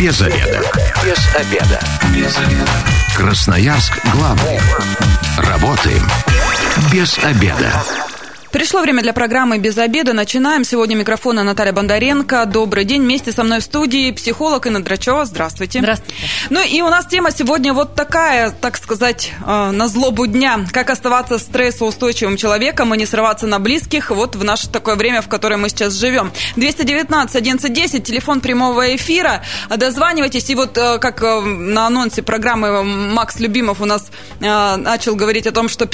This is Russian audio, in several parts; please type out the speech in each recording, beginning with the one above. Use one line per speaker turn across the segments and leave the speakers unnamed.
Без обеда. Без обеда. Без обеда. Красноярск главный. Работаем без обеда.
Пришло время для программы «Без обеда». Начинаем. Сегодня микрофона Наталья Бондаренко. Добрый день. Вместе со мной в студии психолог Инна Драчева. Здравствуйте.
Здравствуйте.
Ну и у нас тема сегодня вот такая, так сказать, на злобу дня. Как оставаться стрессоустойчивым человеком и не срываться на близких вот в наше такое время, в которое мы сейчас живем. 219-11-10, телефон прямого эфира. Дозванивайтесь. И вот как на анонсе программы Макс Любимов у нас начал говорить о том, что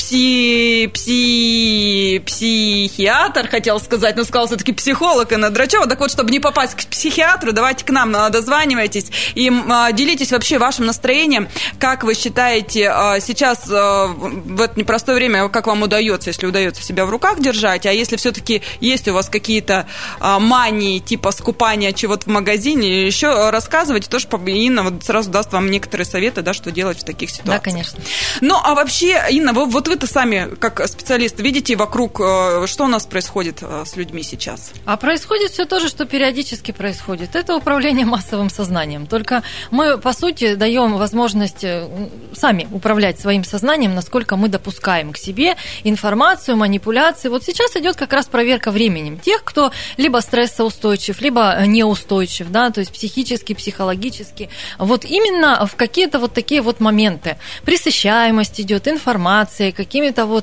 психиатр, хотел сказать, но сказал все-таки психолог Инна Драчева. Так вот, чтобы не попасть к психиатру, давайте к нам дозванивайтесь и делитесь вообще вашим настроением. Как вы считаете, сейчас в это непростое время, как вам удается, если удается себя в руках держать, а если все-таки есть у вас какие-то мании, типа скупания чего-то в магазине, еще рассказывайте, тоже Инна вот сразу даст вам некоторые советы, да, что делать в таких ситуациях.
Да, конечно.
Ну, а вообще, Инна, вот вы-то сами, как специалист, видите вокруг, что у нас происходит с людьми сейчас?
А происходит все то же, что периодически происходит. Это управление массовым сознанием. Только мы, по сути, даем возможность сами управлять своим сознанием, насколько мы допускаем к себе информацию, манипуляции. Вот сейчас идет как раз проверка временем тех, кто либо стрессоустойчив, либо неустойчив, да, то есть психически, психологически. Вот именно в какие-то вот такие вот моменты. Пресыщаемость идет, информация, какими-то вот,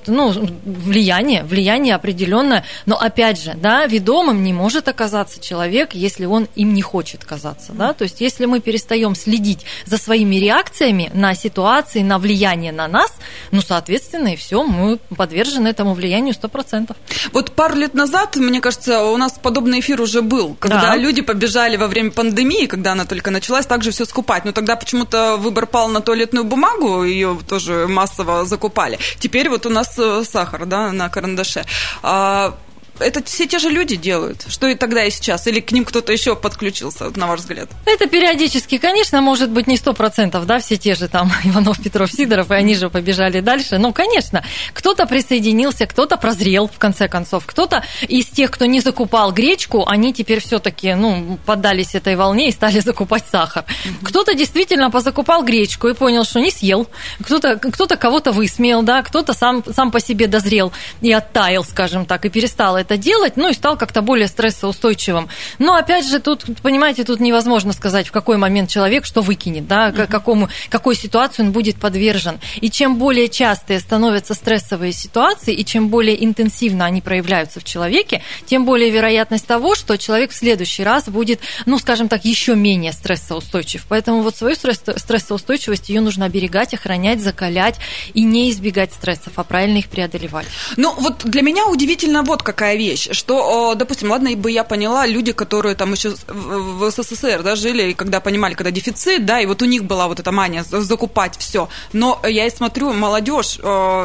влияние определенное, но опять же, да, ведомым не может оказаться человек, если он им не хочет казаться, да, то есть если мы перестаем следить за своими реакциями на ситуации, на влияние на нас, соответственно, и все, мы подвержены этому влиянию 100%.
Вот пару лет назад, мне кажется, у нас подобный эфир уже был, когда люди побежали во время пандемии, когда она только началась, также все скупать, но тогда почему-то выбор пал на туалетную бумагу, ее тоже массово закупали. Теперь вот у нас сахар, да, на карандаше. Это все те же люди делают, что и тогда, и сейчас? Или к ним кто-то еще подключился, на ваш взгляд?
Это периодически, конечно, может быть, не 100%, да, все те же там Иванов, Петров, Сидоров, и они же побежали дальше. Ну, конечно, кто-то присоединился, кто-то прозрел, в конце концов. Кто-то из тех, кто не закупал гречку, они теперь все-таки, поддались этой волне и стали закупать сахар. Кто-то действительно позакупал гречку и понял, что не съел. Кто-то кого-то высмеял, да, кто-то сам по себе дозрел и оттаял, скажем так, и перестал это делать, и стал как-то более стрессоустойчивым. Но, опять же, тут, понимаете, тут невозможно сказать, в какой момент человек что выкинет, да, какой ситуации он будет подвержен. И чем более частые становятся стрессовые ситуации, и чем более интенсивно они проявляются в человеке, тем более вероятность того, что человек в следующий раз будет, скажем так, еще менее стрессоустойчив. Поэтому вот свою стрессоустойчивость, ее нужно оберегать, охранять, закалять и не избегать стрессов, а правильно их преодолевать.
Вот для меня удивительно вот какая вещь, что, допустим, ладно, бы я поняла, люди, которые там еще в СССР, да, жили, и когда понимали, когда дефицит, да, и вот у них была вот эта мания закупать все. Но я и смотрю, молодежь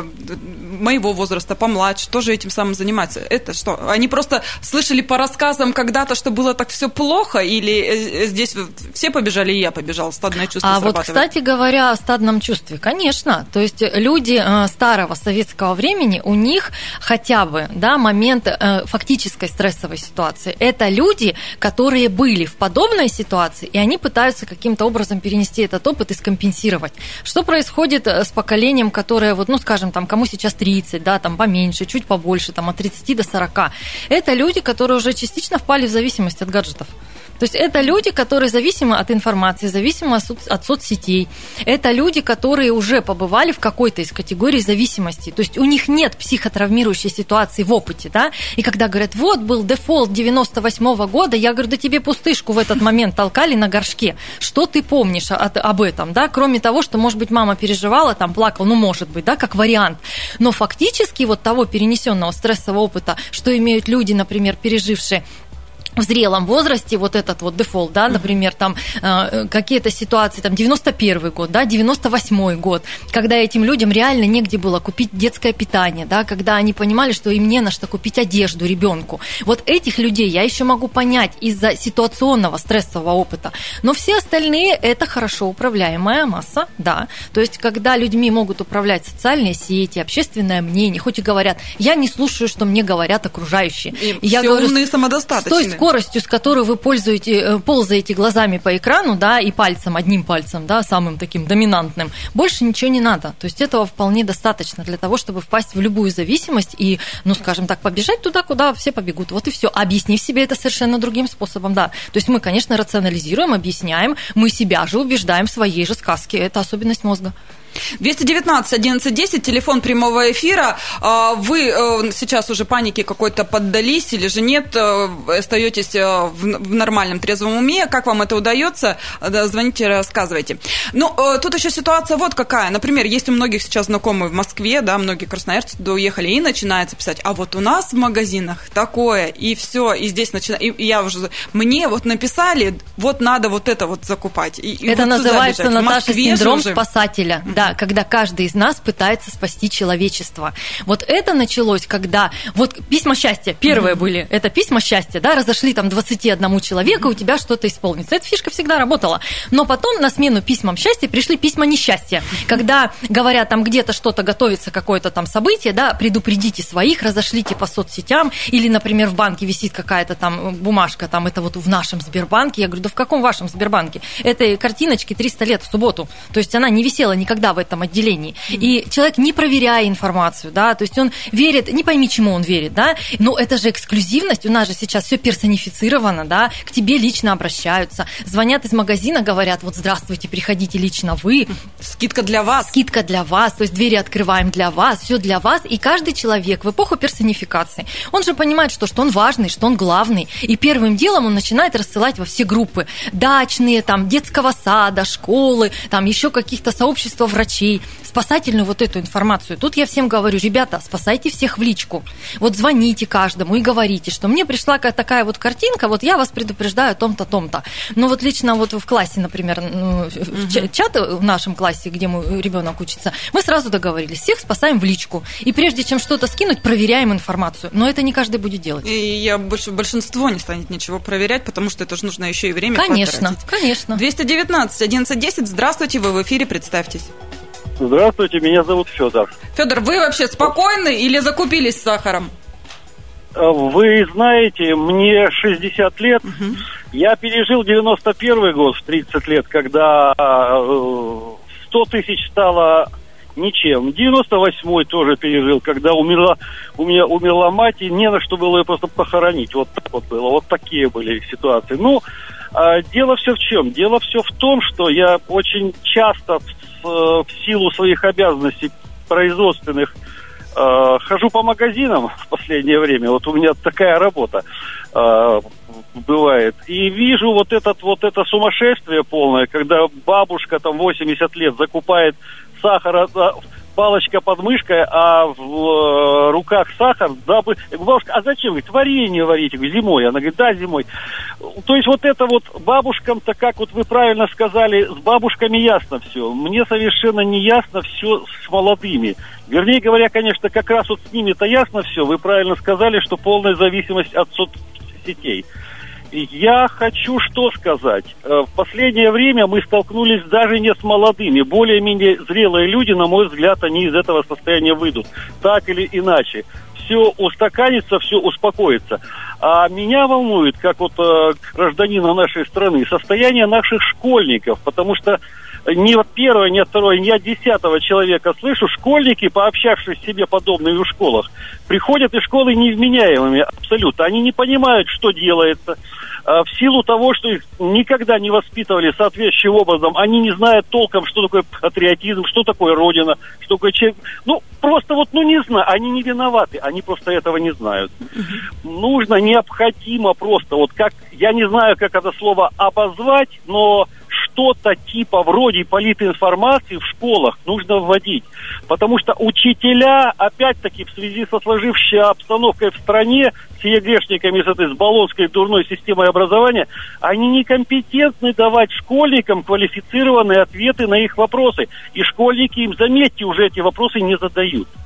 моего возраста, помладше, тоже этим самым занимается. Это что? Они просто слышали по рассказам когда-то, что было так все плохо, или здесь все побежали, и я побежал, стадное чувство срабатывает?
Вот, кстати говоря, о стадном чувстве, конечно. То есть люди старого советского времени, у них хотя бы, да, момент фактической стрессовой ситуации. Это люди, которые были в подобной ситуации, и они пытаются каким-то образом перенести этот опыт и скомпенсировать. Что происходит с поколением, которое, скажем, там, кому сейчас 30, да, там, поменьше, чуть побольше, там, от 30 до 40. Это люди, которые уже частично впали в зависимость от гаджетов. То есть это люди, которые зависимы от информации, зависимы от соцсетей. Это люди, которые уже побывали в какой-то из категорий зависимости. То есть у них нет психотравмирующей ситуации в опыте, да? И когда говорят, вот был дефолт 98-го года, я говорю, да тебе пустышку в этот момент толкали на горшке. Что ты помнишь об этом, да? Кроме того, что, может быть, мама переживала, там плакала, может быть, да, как вариант. Но фактически вот того перенесенного стрессового опыта, что имеют люди, например, пережившие в зрелом возрасте вот этот вот дефолт, да, например, там какие-то ситуации, там 91-й год, да, 98-й год, когда этим людям реально негде было купить детское питание, да, когда они понимали, что им не на что купить одежду ребенку. Вот этих людей я еще могу понять из-за ситуационного стрессового опыта, но все остальные это хорошо управляемая масса, да, то есть когда людьми могут управлять социальные сети, общественное мнение, хоть и говорят, я не слушаю, что мне говорят окружающие.
И я все говорю, умные, самодостаточные.
скоростью, с которой вы ползаете глазами по экрану, да, и пальцем, одним пальцем, да, самым таким доминантным, больше ничего не надо. То есть этого вполне достаточно для того, чтобы впасть в любую зависимость и, ну, скажем так, побежать туда, куда все побегут. Вот и все. Объяснив себе это совершенно другим способом, да. То есть мы, конечно, рационализируем, объясняем, мы себя же убеждаем в своей же сказке. Это особенность мозга.
219-11-10, телефон прямого эфира. Вы сейчас уже панике какой-то поддались или же нет? Остаетесь в нормальном трезвом уме? Как вам это удается? Звоните, рассказывайте. Ну, тут еще ситуация вот какая. Например, есть у многих сейчас знакомые в Москве, да, многие красноярцы туда уехали, и начинается писать, а вот у нас в магазинах такое, и все, и здесь начинаю, и я уже, мне вот написали, вот надо вот это вот закупать. И
это
вот
называется, Наташа, синдром
уже
спасателя. Да, когда каждый из нас пытается спасти человечество. Вот это началось, когда... Вот письма счастья, первые были, это письма счастья, да, разошли там 21 человеку, у тебя что-то исполнится. Эта фишка всегда работала. Но потом на смену письмам счастья пришли письма несчастья. Когда говорят, там где-то что-то готовится, какое-то там событие, да, предупредите своих, разошлите по соцсетям, или, например, в банке висит какая-то там бумажка, там это вот в нашем Сбербанке. Я говорю, да в каком вашем Сбербанке? Этой картиночке 300 лет в субботу. То есть она не висела никогда в этом отделении. И человек, не проверяя информацию, да, то есть он верит, не пойми, чему он верит, да, но это же эксклюзивность, у нас же сейчас все персонифицировано, да, к тебе лично обращаются, звонят из магазина, говорят, вот здравствуйте, приходите лично вы.
Скидка для вас.
Скидка для вас, то есть двери открываем для вас, все для вас, и каждый человек в эпоху персонификации, он же понимает, что он важный, что он главный, и первым делом он начинает рассылать во все группы, дачные, там, детского сада, школы, там, еще каких-то сообщества врачей, спасательную вот эту информацию. Тут я всем говорю, ребята, спасайте всех в личку. Вот звоните каждому и говорите, что мне пришла такая вот картинка, вот я вас предупреждаю о том-то, том-то. Ну вот лично вот в классе, например, в чате в нашем классе, где мой ребенок учится, мы сразу договорились, всех спасаем в личку. И прежде чем что-то скинуть, проверяем информацию. Но это не каждый будет делать.
И большинство не станет ничего проверять, потому что это же нужно еще и время
потратить.
Конечно. 219-11-10, здравствуйте, вы в эфире, представьтесь.
Здравствуйте, меня зовут Федор.
Федор, вы вообще спокойны или закупились сахаром?
Вы знаете, мне 60 лет. Я пережил 91 год в 30 лет, когда 100 тысяч стало ничем. 98-й тоже пережил, когда у меня умерла мать, и не на что было ее просто похоронить. Вот так вот было. Вот такие были ситуации. Ну, дело все в чем? Дело все в том, что я очень часто в силу своих обязанностей производственных хожу по магазинам в последнее время. Вот у меня такая работа бывает. И вижу вот это сумасшествие полное, когда бабушка там 80 лет закупает сахар, палочка под мышкой, а в руках сахар. Да, бабушка, а зачем? Говорит, варенье варите. Говорю, зимой. Она говорит, да, зимой. То есть вот это вот бабушкам-то, как вот вы правильно сказали, с бабушками ясно все. Мне совершенно не ясно все с молодыми. Вернее говоря, конечно, как раз вот с ними-то ясно все. Вы правильно сказали, что полная зависимость от соцсетей. Я хочу что сказать. В последнее время мы столкнулись даже не с молодыми. Более-менее зрелые люди, на мой взгляд, они из этого состояния выйдут. Так или иначе. Все устаканится, все успокоится. А меня волнует, как вот гражданина нашей страны, состояние наших школьников. Потому что ни от первого, ни от второго, ни от 10-го человека слышу, школьники, пообщавшись с себе подобными в школах, приходят из школы невменяемыми абсолютно. Они не понимают, что делается. В силу того, что их никогда не воспитывали соответствующим образом, они не знают толком, что такое патриотизм, что такое Родина, что такое человек. Ну, просто вот, не знаю, они не виноваты, они просто этого не знают. Нужно, необходимо просто, вот как, я не знаю, как это слово обозвать, но что-то типа вроде политинформации в школах нужно вводить. Потому что учителя, опять-таки, в связи со сложившейся обстановкой в стране, с ее грешниками, с баллонской дурной системой образования, они некомпетентны давать школьникам квалифицированные ответы на их вопросы. И школьники им, заметьте, уже эти вопросы не задают.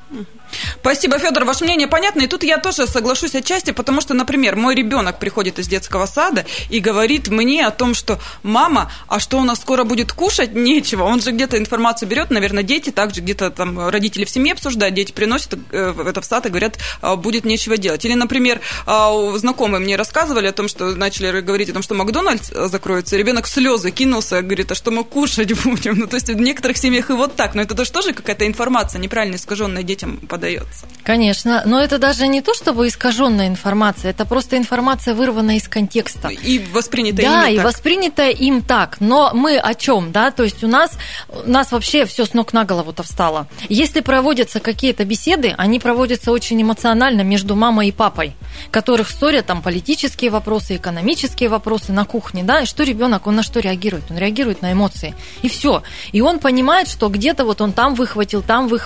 Спасибо, Федор, ваше мнение понятно. И тут я тоже соглашусь отчасти, потому что, например, мой ребенок приходит из детского сада и говорит мне о том, что мама, а что у нас скоро будет кушать? Нечего. Он же где-то информацию берет, наверное, дети, также где-то там родители в семье обсуждают, дети приносят это в сад и говорят, будет нечего делать. Или, например, знакомые мне рассказывали о том, что начали говорить о том, что Макдональдс закроется, и ребенок в слезы кинулся, говорит, а что мы кушать будем? Ну, то есть в некоторых семьях и вот так, но это тоже какая-то информация неправильно искаженная детям подается.
Конечно, но это даже не то, чтобы искаженная информация, это просто информация, вырванная из контекста.
И воспринятая им
так. Да,
и
воспринятая им так. Но мы о чем, да? То есть у нас вообще все с ног на голову-то встало. Если проводятся какие-то беседы, они проводятся очень эмоционально между мамой и папой, которых ссорят там политические вопросы, экономические вопросы на кухне, да? И что ребенок, он на что реагирует? Он реагирует на эмоции. И все. И он понимает, что где-то вот он там выхватил.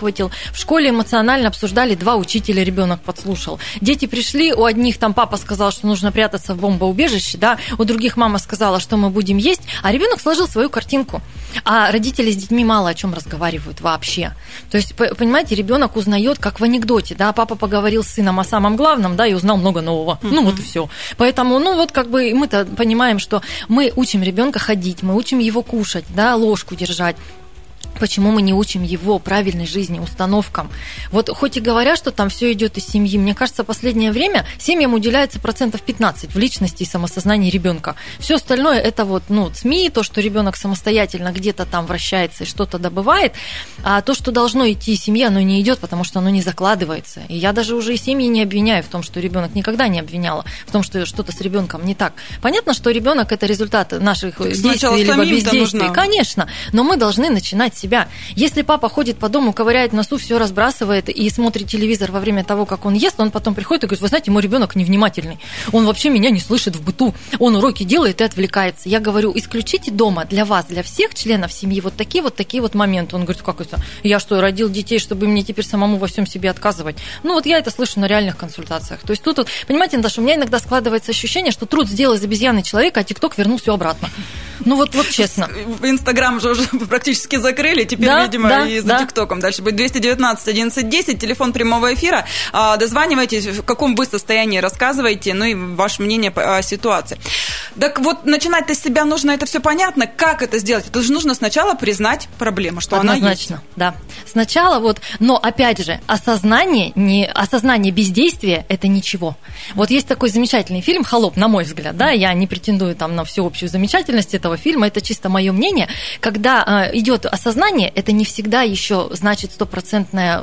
В школе эмоционально обсуждали 2 учителя, ребенок подслушал. Дети пришли, у одних там папа сказал, что нужно прятаться в бомбоубежище, да, у других мама сказала, что мы будем есть, а ребенок сложил свою картинку. А родители с детьми мало о чем разговаривают вообще. То есть, понимаете, ребенок узнает, как в анекдоте, да, папа поговорил с сыном о самом главном, да, и узнал много нового. Ну вот и все. Поэтому, мы-то понимаем, что мы учим ребенка ходить, мы учим его кушать, да, ложку держать. Почему мы не учим его правильной жизни, установкам? Вот хоть и говорят, что там все идет из семьи, мне кажется, в последнее время семьям уделяется 15% в личности и самосознании ребенка. Все остальное это СМИ, то, что ребенок самостоятельно где-то там вращается и что-то добывает, а то, что должно идти из семьи, оно не идет, потому что оно не закладывается. И я даже уже и семьи не обвиняю в том, что ребенок никогда не обвиняла в том, что что-то с ребенком не так. Понятно, что ребенок это результат наших действий либо бездействий, конечно, но мы должны начинать себя. Если папа ходит по дому, ковыряет в носу, все разбрасывает и смотрит телевизор во время того, как он ест, он потом приходит и говорит, вы знаете, мой ребенок невнимательный, он вообще меня не слышит в быту, он уроки делает и отвлекается. Я говорю, исключите дома для вас, для всех членов семьи вот такие моменты. Он говорит, как это? Я что, родил детей, чтобы мне теперь самому во всем себе отказывать? Я это слышу на реальных консультациях. То есть тут, понимаете, Наташа, у меня иногда складывается ощущение, что труд сделал из обезьяны человека, а ТикТок вернул все обратно. Вот честно.
Инстаграм же уже практически закрыли, теперь, видимо, и за ТикТоком. Дальше будет 219 1110, телефон прямого эфира. Дозванивайтесь, в каком вы состоянии, рассказывайте, и ваше мнение по ситуации. Так вот, начинать-то с себя нужно, это все понятно. Как это сделать? Это же нужно сначала признать проблему, что она есть.
Однозначно, да. Сначала но опять же, осознание бездействия – это ничего. Вот есть такой замечательный фильм «Холоп», на мой взгляд, да, я не претендую там на всеобщую замечательность этого фильма, это чисто мое мнение. Когда идет осознание, это не всегда еще значит стопроцентный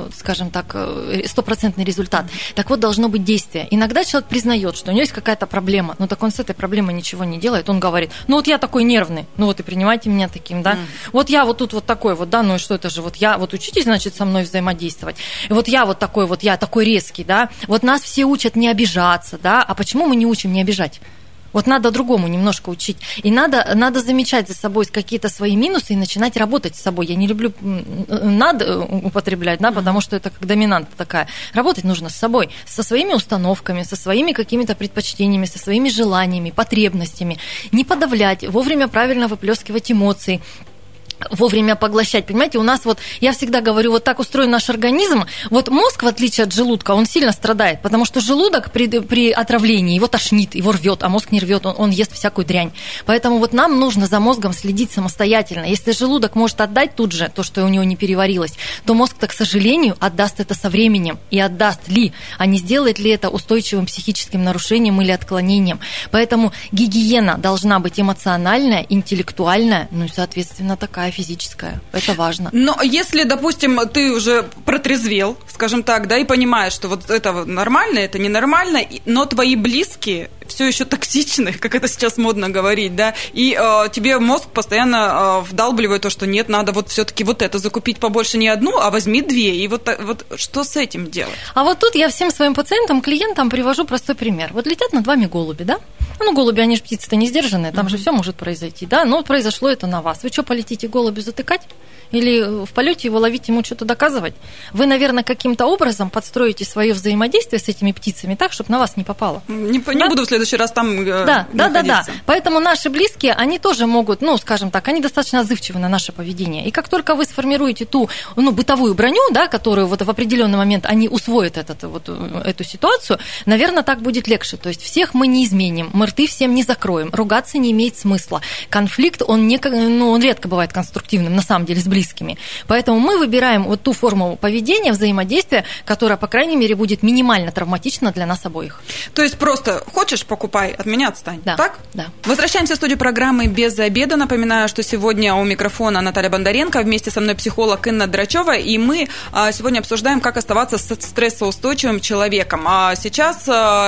результат. Так вот, должно быть действие. Иногда человек признает, что у него есть какая-то проблема, но так он с этой проблемой ничего не делает. Он говорит, я такой нервный, и принимайте меня таким, да. Вот я вот тут вот такой вот, да, и что это же, я учитесь, значит, со мной взаимодействовать. И я я такой резкий, да. Нас все учат не обижаться, да. А почему мы не учим не обижать? Надо другому немножко учить. И надо замечать за собой какие-то свои минусы и начинать работать с собой. Я не люблю надо употреблять, да, потому что это как доминанта такая. Работать нужно с собой, со своими установками, со своими какими-то предпочтениями, со своими желаниями, потребностями. Не подавлять, вовремя правильно выплескивать эмоции. Вовремя поглощать, понимаете, у нас я всегда говорю, так устроен наш организм, мозг, в отличие от желудка, он сильно страдает, потому что желудок при отравлении, его тошнит, его рвет, а мозг не рвет, он ест всякую дрянь, поэтому нам нужно за мозгом следить самостоятельно. Если желудок может отдать тут же то, что у него не переварилось, то мозг-то, к сожалению, отдаст это со временем, и отдаст ли, а не сделает ли это устойчивым психическим нарушением или отклонением. Поэтому гигиена должна быть эмоциональная, интеллектуальная, и, соответственно, такая физическая. Это важно.
Но если, допустим, ты уже протрезвел, скажем так, да, и понимаешь, что это нормально, это ненормально, но твои близкие все еще токсичны, как это сейчас модно говорить, да, и тебе мозг постоянно вдалбливает то, что нет, надо все-таки это закупить побольше, не одну, а возьми 2. И что с этим делать?
А тут я всем своим пациентам, клиентам привожу простой пример. Летят над вами голуби, да? Голуби, они же птицы-то не сдержанные, там же все может произойти, да, но произошло это на вас. Вы что, полетите голубю затыкать? Или в полете его ловить, ему что-то доказывать? Вы, наверное, каким-то образом подстроите свое взаимодействие с этими птицами так, чтобы на вас не попало.
Не буду в следующий следующий раз там
Да. Поэтому наши близкие, они тоже могут, скажем так, они достаточно отзывчивы на наше поведение. И как только вы сформируете ту бытовую броню, да, которую вот в определенный момент они усвоят эту ситуацию, наверное, так будет легче. То есть всех мы не изменим, мы рты всем не закроем, ругаться не имеет смысла. Конфликт, он редко бывает конструктивным, на самом деле, с близкими. Поэтому мы выбираем вот ту форму поведения, взаимодействия, которая, по крайней мере, будет минимально травматична для нас обоих.
То есть просто хочешь, покупай, от меня отстань.
Да.
Так?
Да.
Возвращаемся в студию программы «Без обеда». Напоминаю, что сегодня у микрофона Наталья Бондаренко, вместе со мной психолог Инна Драчева, и мы сегодня обсуждаем, как оставаться стрессоустойчивым человеком. А сейчас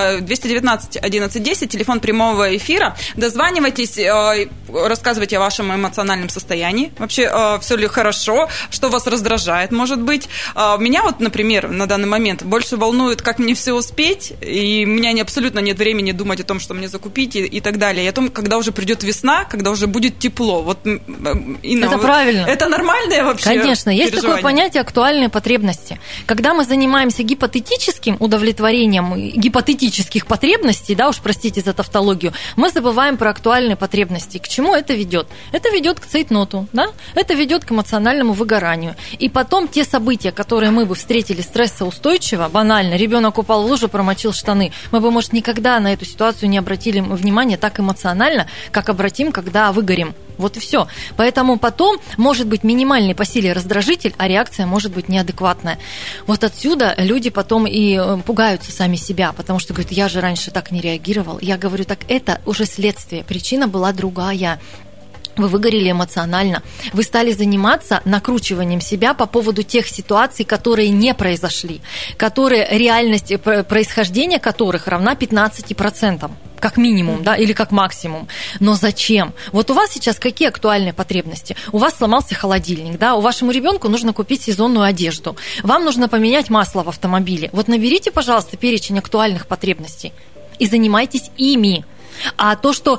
219 11 10, телефон прямого эфира. Дозванивайтесь, рассказывайте о вашем эмоциональном состоянии. Вообще, все ли хорошо, что вас раздражает, может быть. Меня вот, например, на данный момент больше волнует, как мне все успеть, и у меня абсолютно нет времени думать о том, что мне закупить и так далее. И о том, когда уже придет весна, когда уже будет тепло. Вот, Инна,
это правильно.
Это нормальное вообще?
Конечно, есть такое понятие актуальные потребности. Когда мы занимаемся гипотетическим удовлетворением гипотетических потребностей, да, уж простите за тавтологию, мы забываем про актуальные потребности. К чему это ведет? Это ведет к цейтноту, да? Это ведет к эмоциональному выгоранию. И потом те события, которые мы бы встретили стрессоустойчиво, банально, ребенок упал в лужу, промочил штаны, мы бы, может, никогда на эту ситуацию не обратили внимания так эмоционально, как обратим, когда выгорим. Вот и все. Поэтому потом может быть минимальный по силе раздражитель, а реакция может быть неадекватная. Вот отсюда люди потом и пугаются сами себя, потому что говорят, я же раньше так не реагировал. Я говорю, так это уже следствие, причина была другая. Вы выгорели эмоционально, вы стали заниматься накручиванием себя по поводу тех ситуаций, которые не произошли, которые реальность происхождения которых равна 15%. Как минимум, да, или как максимум. Но зачем? Вот у вас сейчас какие актуальные потребности? У вас сломался холодильник, да, у вашему ребенку нужно купить сезонную одежду, вам нужно поменять масло в автомобиле. Вот наберите, пожалуйста, перечень актуальных потребностей и занимайтесь ими. А то, что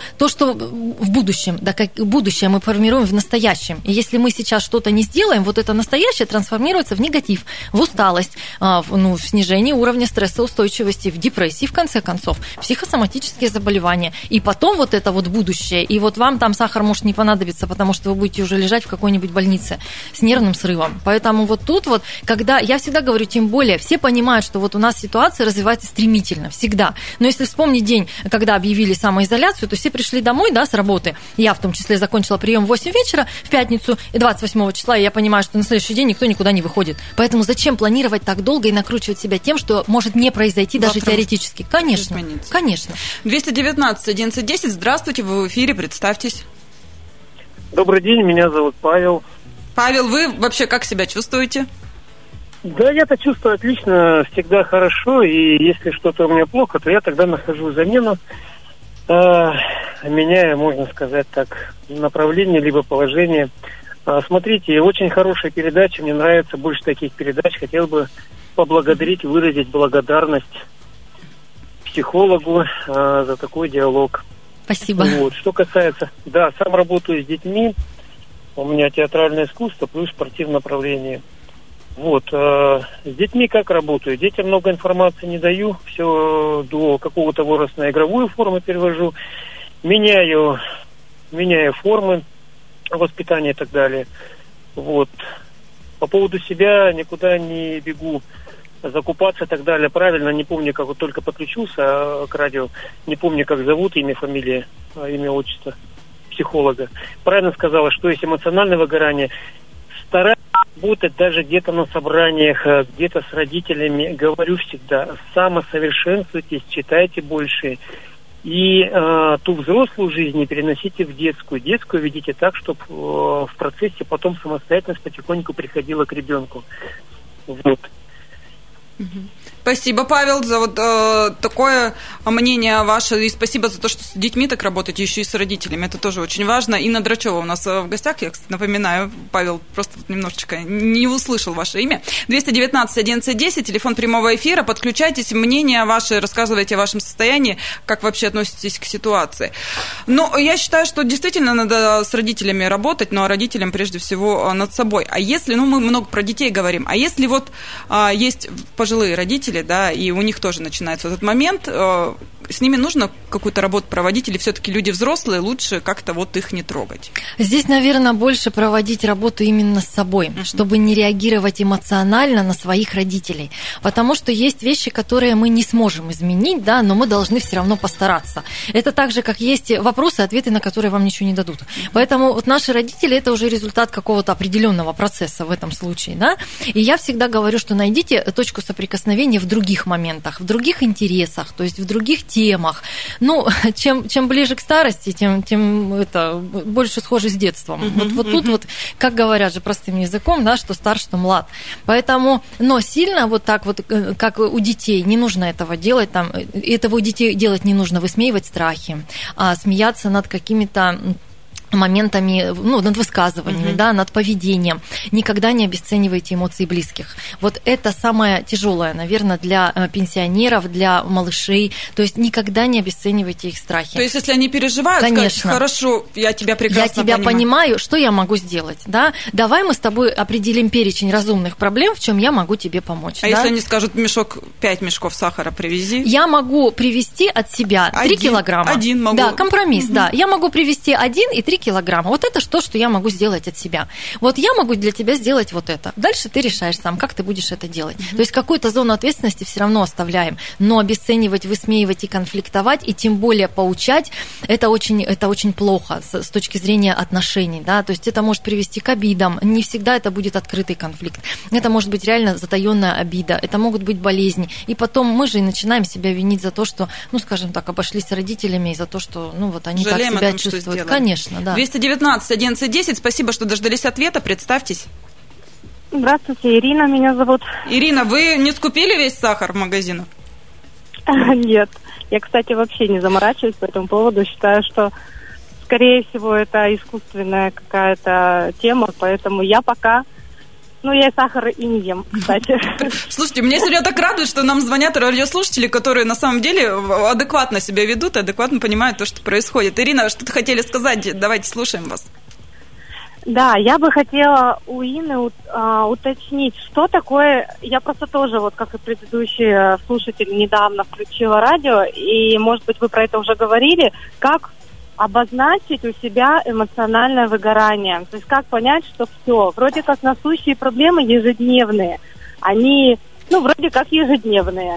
в будущем, да, как будущее мы формируем в настоящем. И если мы сейчас что-то не сделаем, вот это настоящее трансформируется в негатив, в усталость, в снижение уровня стрессоустойчивости, в депрессии, в конце концов, психосоматические заболевания. И потом вот это вот будущее. И вот вам там сахар может не понадобиться, потому что вы будете уже лежать в какой-нибудь больнице с нервным срывом. Поэтому вот тут вот, когда, я всегда говорю, тем более, все понимают, что вот у нас ситуация развивается стремительно, всегда. Но если вспомнить день, когда объявили самоизоляцию, то все пришли домой, да, с работы. Я в том числе закончила прием в 8 вечера в пятницу, и 28 числа, и я понимаю, что на следующий день никто никуда не выходит. Поэтому зачем планировать так долго и накручивать себя тем, что может не произойти завтра даже теоретически? Конечно, конечно.
219 11 10, здравствуйте, вы в эфире, представьтесь.
Добрый день, меня зовут Павел.
Павел, вы вообще как себя чувствуете?
Да, я-то чувствую отлично, всегда хорошо, и если что-то у меня плохо, то я тогда нахожу замену, меняя, можно сказать так, направление либо положение. Смотрите, очень хорошая передача, мне нравится больше таких передач. Хотел бы поблагодарить, выразить благодарность психологу за такой диалог.
Спасибо.
Вот. Что касается, да, сам работаю с детьми, у меня театральное искусство плюс спортивное направление. Вот, с детьми как работаю? Детям много информации не даю, все до какого-то возраста на игровую форму перевожу, меняю формы воспитания и так далее. Вот. По поводу себя никуда не бегу закупаться и так далее. Правильно, не помню, как вот только подключился к радио, не помню, как зовут, имя, фамилия, имя, отчество психолога. Правильно сказала, что есть эмоциональное выгорание. Стараюсь работать даже где-то на собраниях, где-то с родителями. Говорю всегда, самосовершенствуйтесь, читайте больше. И ту взрослую жизнь не переносите в детскую. Детскую ведите так, чтобы в процессе потом самостоятельность потихоньку приходила к ребенку. Вот.
Спасибо, Павел, за вот такое мнение ваше. И спасибо за то, что с детьми так работаете, еще и с родителями. Это тоже очень важно. Инна Драчева у нас в гостях. Я, напоминаю, Павел просто немножечко не услышал ваше имя. 219 11 10, телефон прямого эфира. Подключайтесь, мнение ваше, рассказывайте о вашем состоянии, как вообще относитесь к ситуации. Но я считаю, что действительно надо с родителями работать, но родителям прежде всего над собой. А если, мы много про детей говорим, а если вот есть пожилые родители, да, и у них тоже начинается этот момент, с ними нужно какую-то работу проводить, или все-таки люди взрослые, лучше как-то вот их не трогать?
Здесь, наверное, больше проводить работу именно с собой, чтобы не реагировать эмоционально на своих родителей. Потому что есть вещи, которые мы не сможем изменить, да, но мы должны все равно постараться. Это так же, как есть вопросы, ответы на которые вам ничего не дадут. Поэтому вот наши родители – это уже результат какого-то определенного процесса в этом случае, да. И я всегда говорю, что найдите точку соприкосновения в других моментах, в других интересах, то есть в других темах. Ну, чем ближе к старости, тем это больше схоже с детством. Вот тут вот, как говорят же простым языком, да, что стар, что млад. Поэтому, но сильно вот так вот, как у детей, не нужно этого делать, там, этого у детей делать не нужно, высмеивать страхи, смеяться над какими-то моментами, ну, над высказываниями, да, над поведением. Никогда не обесценивайте эмоции близких. Вот это самое тяжелое, наверное, для пенсионеров, для малышей. То есть никогда не обесценивайте их страхи.
То есть если они переживают,
конечно,
сказать, хорошо, я тебя прекрасно
понимаю, что я могу сделать, да? Давай мы с тобой определим перечень разумных проблем, в чем я могу тебе помочь.
А да? Если они скажут, 5 мешков сахара привези?
Я могу привезти от себя 3 килограмма.
Один могу.
Да, компромисс, да. Я могу привезти 1 и 3 килограмма. Вот это то, что я могу сделать от себя. Вот я могу для тебя сделать вот это. Дальше ты решаешь сам, как ты будешь это делать. То есть какую-то зону ответственности все равно оставляем. Но обесценивать, высмеивать и конфликтовать, и тем более поучать, это очень плохо с точки зрения отношений. Да? То есть это может привести к обидам. Не всегда это будет открытый конфликт. Это может быть реально затаённая обида. Это могут быть болезни. И потом мы же и начинаем себя винить за то, что, ну, скажем так, обошлись с родителями, и за то, что, ну, вот они
жалеем
так себя
том,
чувствуют. Конечно, да.
219-11-10, спасибо, что дождались ответа, представьтесь.
Здравствуйте, Ирина меня зовут.
Ирина, вы не скупили весь сахар в магазинах?
Нет, я, кстати, вообще не заморачиваюсь по этому поводу, считаю, что, скорее всего, это искусственная какая-то тема, поэтому я пока... Ну, я сахар и не ем, кстати.
Слушайте, меня сегодня так радует, что нам звонят радиослушатели, которые на самом деле адекватно себя ведут, адекватно понимают то, что происходит. Ирина, что-то хотели сказать? Давайте слушаем вас.
Да, я бы хотела у Инны уточнить, что такое... Я просто тоже, вот как и предыдущий слушатель, недавно включила радио, и, может быть, вы про это уже говорили, как обозначить у себя эмоциональное выгорание. То есть как понять, что все, вроде как насущие проблемы ежедневные. Они, ну, вроде как ежедневные.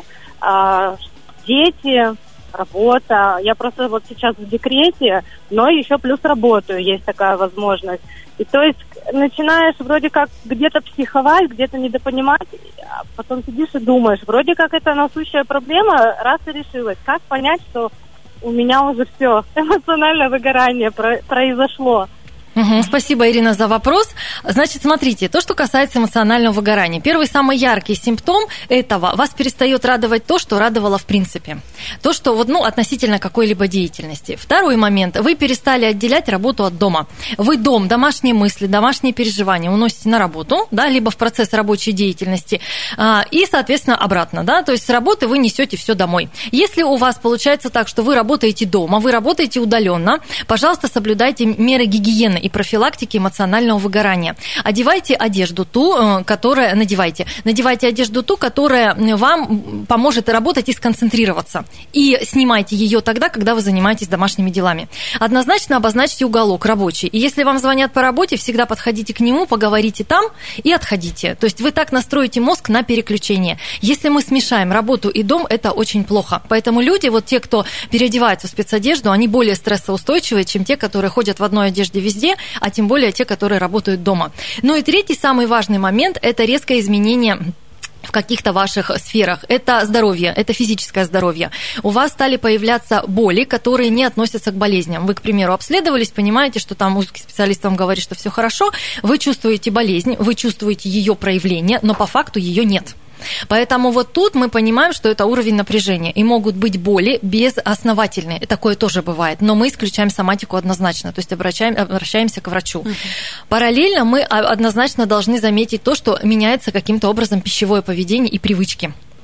Дети, работа. Я просто вот сейчас в декрете, но еще плюс работаю, есть такая возможность. И то есть начинаешь вроде как где-то психовать, где-то недопонимать, а потом сидишь и думаешь, вроде как это насущая проблема, раз и решилась. Как понять, что у меня уже все, эмоциональное выгорание произошло.
Спасибо, Ирина, за вопрос. Значит, смотрите, то, что касается эмоционального выгорания. Первый самый яркий симптом этого – вас перестает радовать то, что радовало в принципе. То, что вот, ну, относительно какой-либо деятельности. Второй момент – вы перестали отделять работу от дома. Вы дом, домашние мысли, домашние переживания уносите на работу, да, либо в процесс рабочей деятельности, и, соответственно, обратно, да, то есть с работы вы несете все домой. Если у вас получается так, что вы работаете дома, вы работаете удаленно, пожалуйста, соблюдайте меры гигиены и профилактики эмоционального выгорания. Одевайте одежду ту, которая... Надевайте одежду ту, которая вам поможет работать и сконцентрироваться. И снимайте ее тогда, когда вы занимаетесь домашними делами. Однозначно обозначьте уголок рабочий. И если вам звонят по работе, всегда подходите к нему, поговорите там и отходите. То есть вы так настроите мозг на переключение. Если мы смешаем работу и дом, это очень плохо. Поэтому люди, вот те, кто переодевается в спецодежду, они более стрессоустойчивые, чем те, которые ходят в одной одежде везде, а тем более те, которые работают дома. Ну и третий, самый важный момент – это резкое изменение в каких-то ваших сферах. Это здоровье, это физическое здоровье. У вас стали появляться боли, которые не относятся к болезням. Вы, к примеру, обследовались, понимаете, что там узкий специалист вам говорит, что все хорошо, вы чувствуете болезнь, вы чувствуете ее проявление, но по факту ее нет. Поэтому вот тут мы понимаем, что это уровень напряжения. И могут быть боли безосновательные. Такое тоже бывает. Но мы исключаем соматику однозначно. То есть обращаемся к врачу. Параллельно мы однозначно должны заметить то, что меняется каким-то образом пищевое поведение и привычки.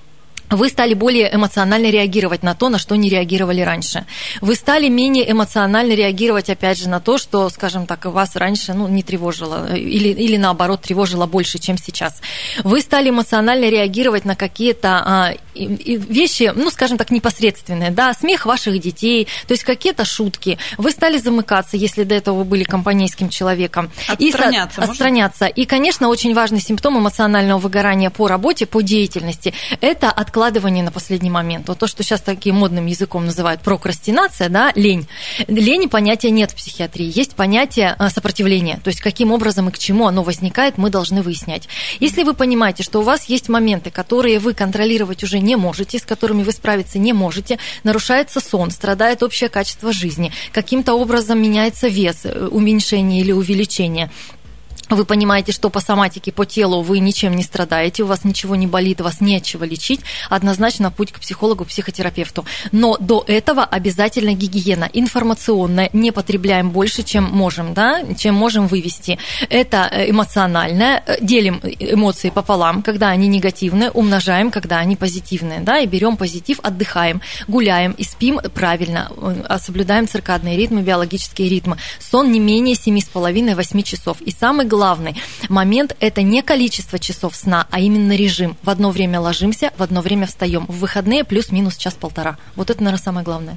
Вы стали более эмоционально реагировать на то, на что не реагировали раньше. Вы стали менее эмоционально реагировать, опять же, на то, что, скажем так, вас раньше не тревожило или наоборот тревожило больше, чем сейчас. Вы стали эмоционально реагировать на какие-то вещи, скажем так, непосредственные, да, смех ваших детей, то есть какие-то шутки. Вы стали замыкаться, если до этого вы были компанейским человеком. Отстраняться. И, конечно, очень важный симптом эмоционального выгорания по работе, по деятельности – это откладывание на последний момент. Вот то, что сейчас таким модным языком называют прокрастинация, да, лень. Лени понятия нет в психиатрии. Есть понятие сопротивления. То есть каким образом и к чему оно возникает, мы должны выяснять. Если вы понимаете, что у вас есть моменты, которые вы контролировать уже не можете, с которыми вы справиться не можете, нарушается сон, страдает общее качество жизни, каким-то образом меняется вес, уменьшение или увеличение, вы понимаете, что по соматике, по телу вы ничем не страдаете, у вас ничего не болит, вас не от чего лечить, однозначно путь к психологу, психотерапевту. Но до этого обязательно гигиена информационная, не потребляем больше, чем можем, да, чем можем вывести. Это эмоциональное, делим эмоции пополам, когда они негативные, умножаем, когда они позитивные, да, и берем позитив, отдыхаем, гуляем и спим правильно, соблюдаем циркадные ритмы, биологические ритмы. Сон не менее 7,5-8 часов. И самый главный момент – это не количество часов сна, а именно режим. В одно время ложимся, в одно время встаем. В выходные плюс-минус час-полтора. Вот это, наверное, самое главное.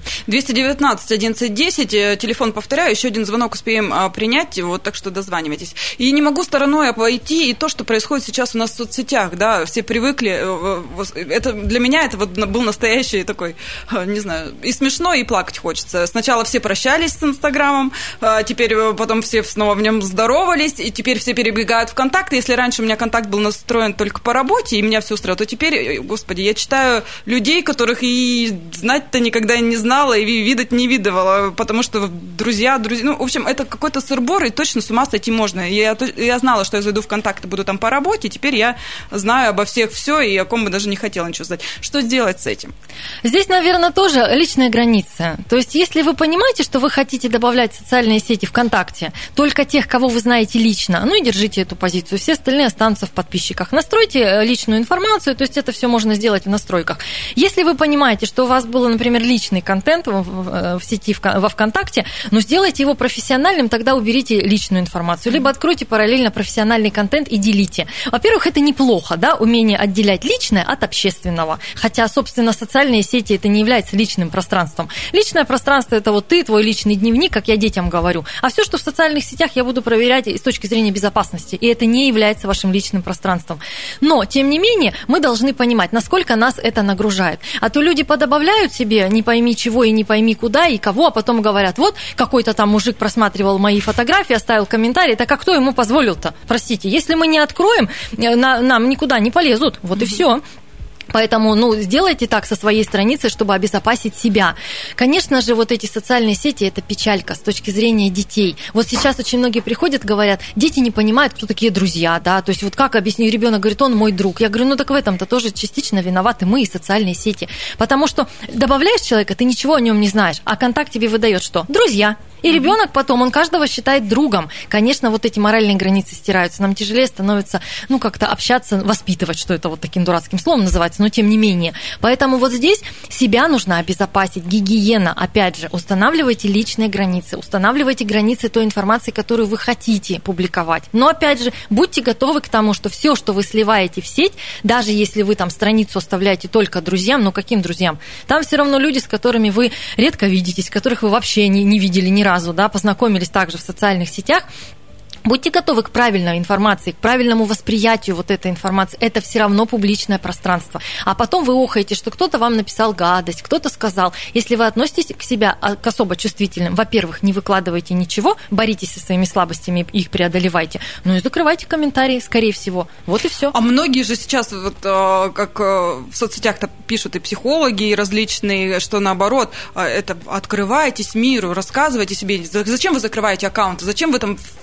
219-11-10, телефон, повторяю, еще один звонок успеем принять, вот так что дозванивайтесь. И не могу стороной обойти и то, что происходит сейчас у нас в соцсетях, да, все привыкли. Это, для меня это вот был настоящий такой, не знаю, и смешно, и плакать хочется. Сначала все прощались с Инстаграмом, теперь потом все снова в нем здоровались, и теперь все перебегают в контакты. Если раньше у меня контакт был настроен только по работе, и меня все устраивало, то теперь, господи, я читаю людей, которых и знать-то никогда не знала, и видать не видывала, потому что друзья, в общем, это какой-то сыр-бор, и точно с ума сойти можно. Я знала, что я зайду в контакт и буду там по работе, теперь я знаю обо всех все, и о ком бы даже не хотела ничего знать. Что сделать с этим?
Здесь, наверное, тоже личная граница. То есть, если вы понимаете, что вы хотите добавлять в социальные сети ВКонтакте только тех, кого вы знаете лично, и держите эту позицию. Все остальные останутся в подписчиках. Настройте личную информацию, то есть это все можно сделать в настройках. Если вы понимаете, что у вас был, например, личный контент в сети во ВКонтакте, но сделайте его профессиональным, тогда уберите личную информацию. Либо откройте параллельно профессиональный контент и делите. Во-первых, это неплохо, да, умение отделять личное от общественного. Хотя, собственно, социальные сети это не является личным пространством. Личное пространство это вот ты, твой личный дневник, как я детям говорю. А все, что в социальных сетях, я буду проверять с точки зрения безопасности, и это не является вашим личным пространством. Но, тем не менее, мы должны понимать, насколько нас это нагружает. А то люди подобавляют себе не пойми чего и не пойми куда и кого, а потом говорят, вот какой-то там мужик просматривал мои фотографии, оставил комментарий, так а кто ему позволил-то? Простите, если мы не откроем, нам никуда не полезут, вот и все. Поэтому, сделайте так со своей страницы, чтобы обезопасить себя. Конечно же, вот эти социальные сети – это печалька с точки зрения детей. Вот сейчас очень многие приходят, говорят, дети не понимают, кто такие друзья, да, то есть вот как объясню, ребенок говорит, он мой друг. Я говорю, так в этом-то тоже частично виноваты мы и социальные сети. Потому что добавляешь человека, ты ничего о нем не знаешь, а контакт тебе выдает что? Друзья. И ребенок потом, он каждого считает другом. Конечно, вот эти моральные границы стираются. Нам тяжелее становится, как-то общаться, воспитывать, что это вот таким дурацким словом называется, но тем не менее. Поэтому вот здесь себя нужно обезопасить. Гигиена, опять же, устанавливайте личные границы, устанавливайте границы той информации, которую вы хотите публиковать. Но, опять же, будьте готовы к тому, что все, что вы сливаете в сеть, даже если вы там страницу оставляете только друзьям, каким друзьям? Там все равно люди, с которыми вы редко видитесь, которых вы вообще не видели ни разу, да, познакомились также в социальных сетях. Будьте готовы к правильной информации, к правильному восприятию вот этой информации. Это все равно публичное пространство. А потом вы охаете, что кто-то вам написал гадость, кто-то сказал. Если вы относитесь к себе к особо чувствительным, во-первых, не выкладывайте ничего, боритесь со своими слабостями, их преодолевайте, и закрывайте комментарии, скорее всего. Вот и все.
А многие же сейчас, вот, как в соцсетях-то пишут и психологи, и различные, что наоборот, это открывайтесь миру, рассказывайте себе. Зачем вы закрываете аккаунты? Зачем вы там фотографии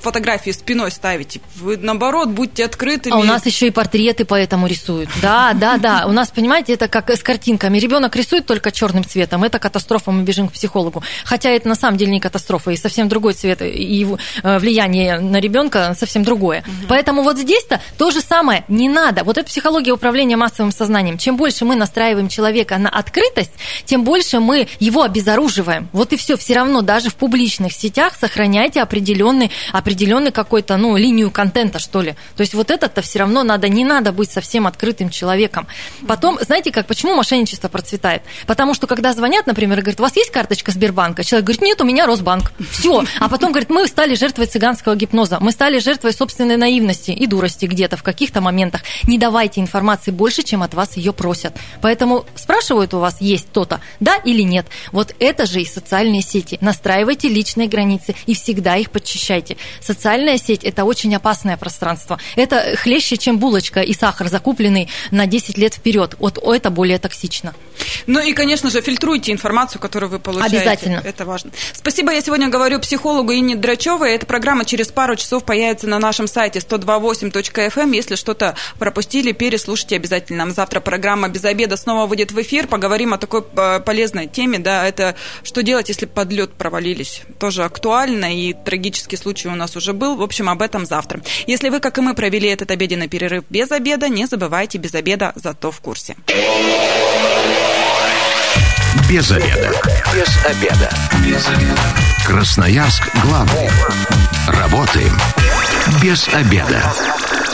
фотографии спиной ставите. Вы, наоборот, будьте открытыми.
А у нас еще и портреты поэтому рисуют. Да. У нас, понимаете, это как с картинками. Ребенок рисует только черным цветом. Это катастрофа, мы бежим к психологу. Хотя это на самом деле не катастрофа, и совсем другой цвет, и влияние на ребенка совсем другое. Поэтому вот здесь-то то же самое не надо. Вот это психология управления массовым сознанием. Чем больше мы настраиваем человека на открытость, тем больше мы его обезоруживаем. Вот и все. Все равно даже в публичных сетях сохраняйте определенный какой-то, линию контента, что ли. То есть вот это-то все равно не надо быть совсем открытым человеком. Потом, знаете почему мошенничество процветает? Потому что когда звонят, например, и говорят, у вас есть карточка Сбербанка? Человек говорит, нет, у меня Росбанк. Все. А потом говорит, мы стали жертвой цыганского гипноза, мы стали жертвой собственной наивности и дурости где-то в каких-то моментах. Не давайте информации больше, чем от вас ее просят. Поэтому спрашивают, у вас есть то-то, да или нет. Вот это же и социальные сети. Настраивайте личные границы и всегда их подчищайте. Социальная сеть – это очень опасное пространство. Это хлеще, чем булочка и сахар, закупленный на 10 лет вперед. Вот это более токсично.
Ну и, конечно же, фильтруйте информацию, которую вы получаете.
Обязательно.
Это важно. Спасибо. Я сегодня говорю психологу Инне Драчевой. Эта программа через пару часов появится на нашем сайте 102.8.fm. Если что-то пропустили, переслушайте обязательно. Завтра программа «Без обеда» снова выйдет в эфир. Поговорим о такой полезной теме. Да, это что делать, если под лед провалились. Тоже актуально, и трагический случай у нас уже был. В общем, об этом завтра. Если вы, как и мы, провели этот обеденный перерыв без обеда, не забывайте, без обеда, зато в курсе.
Без обеда. Без обеда. Без обеда. Красноярск главный. Работаем без обеда.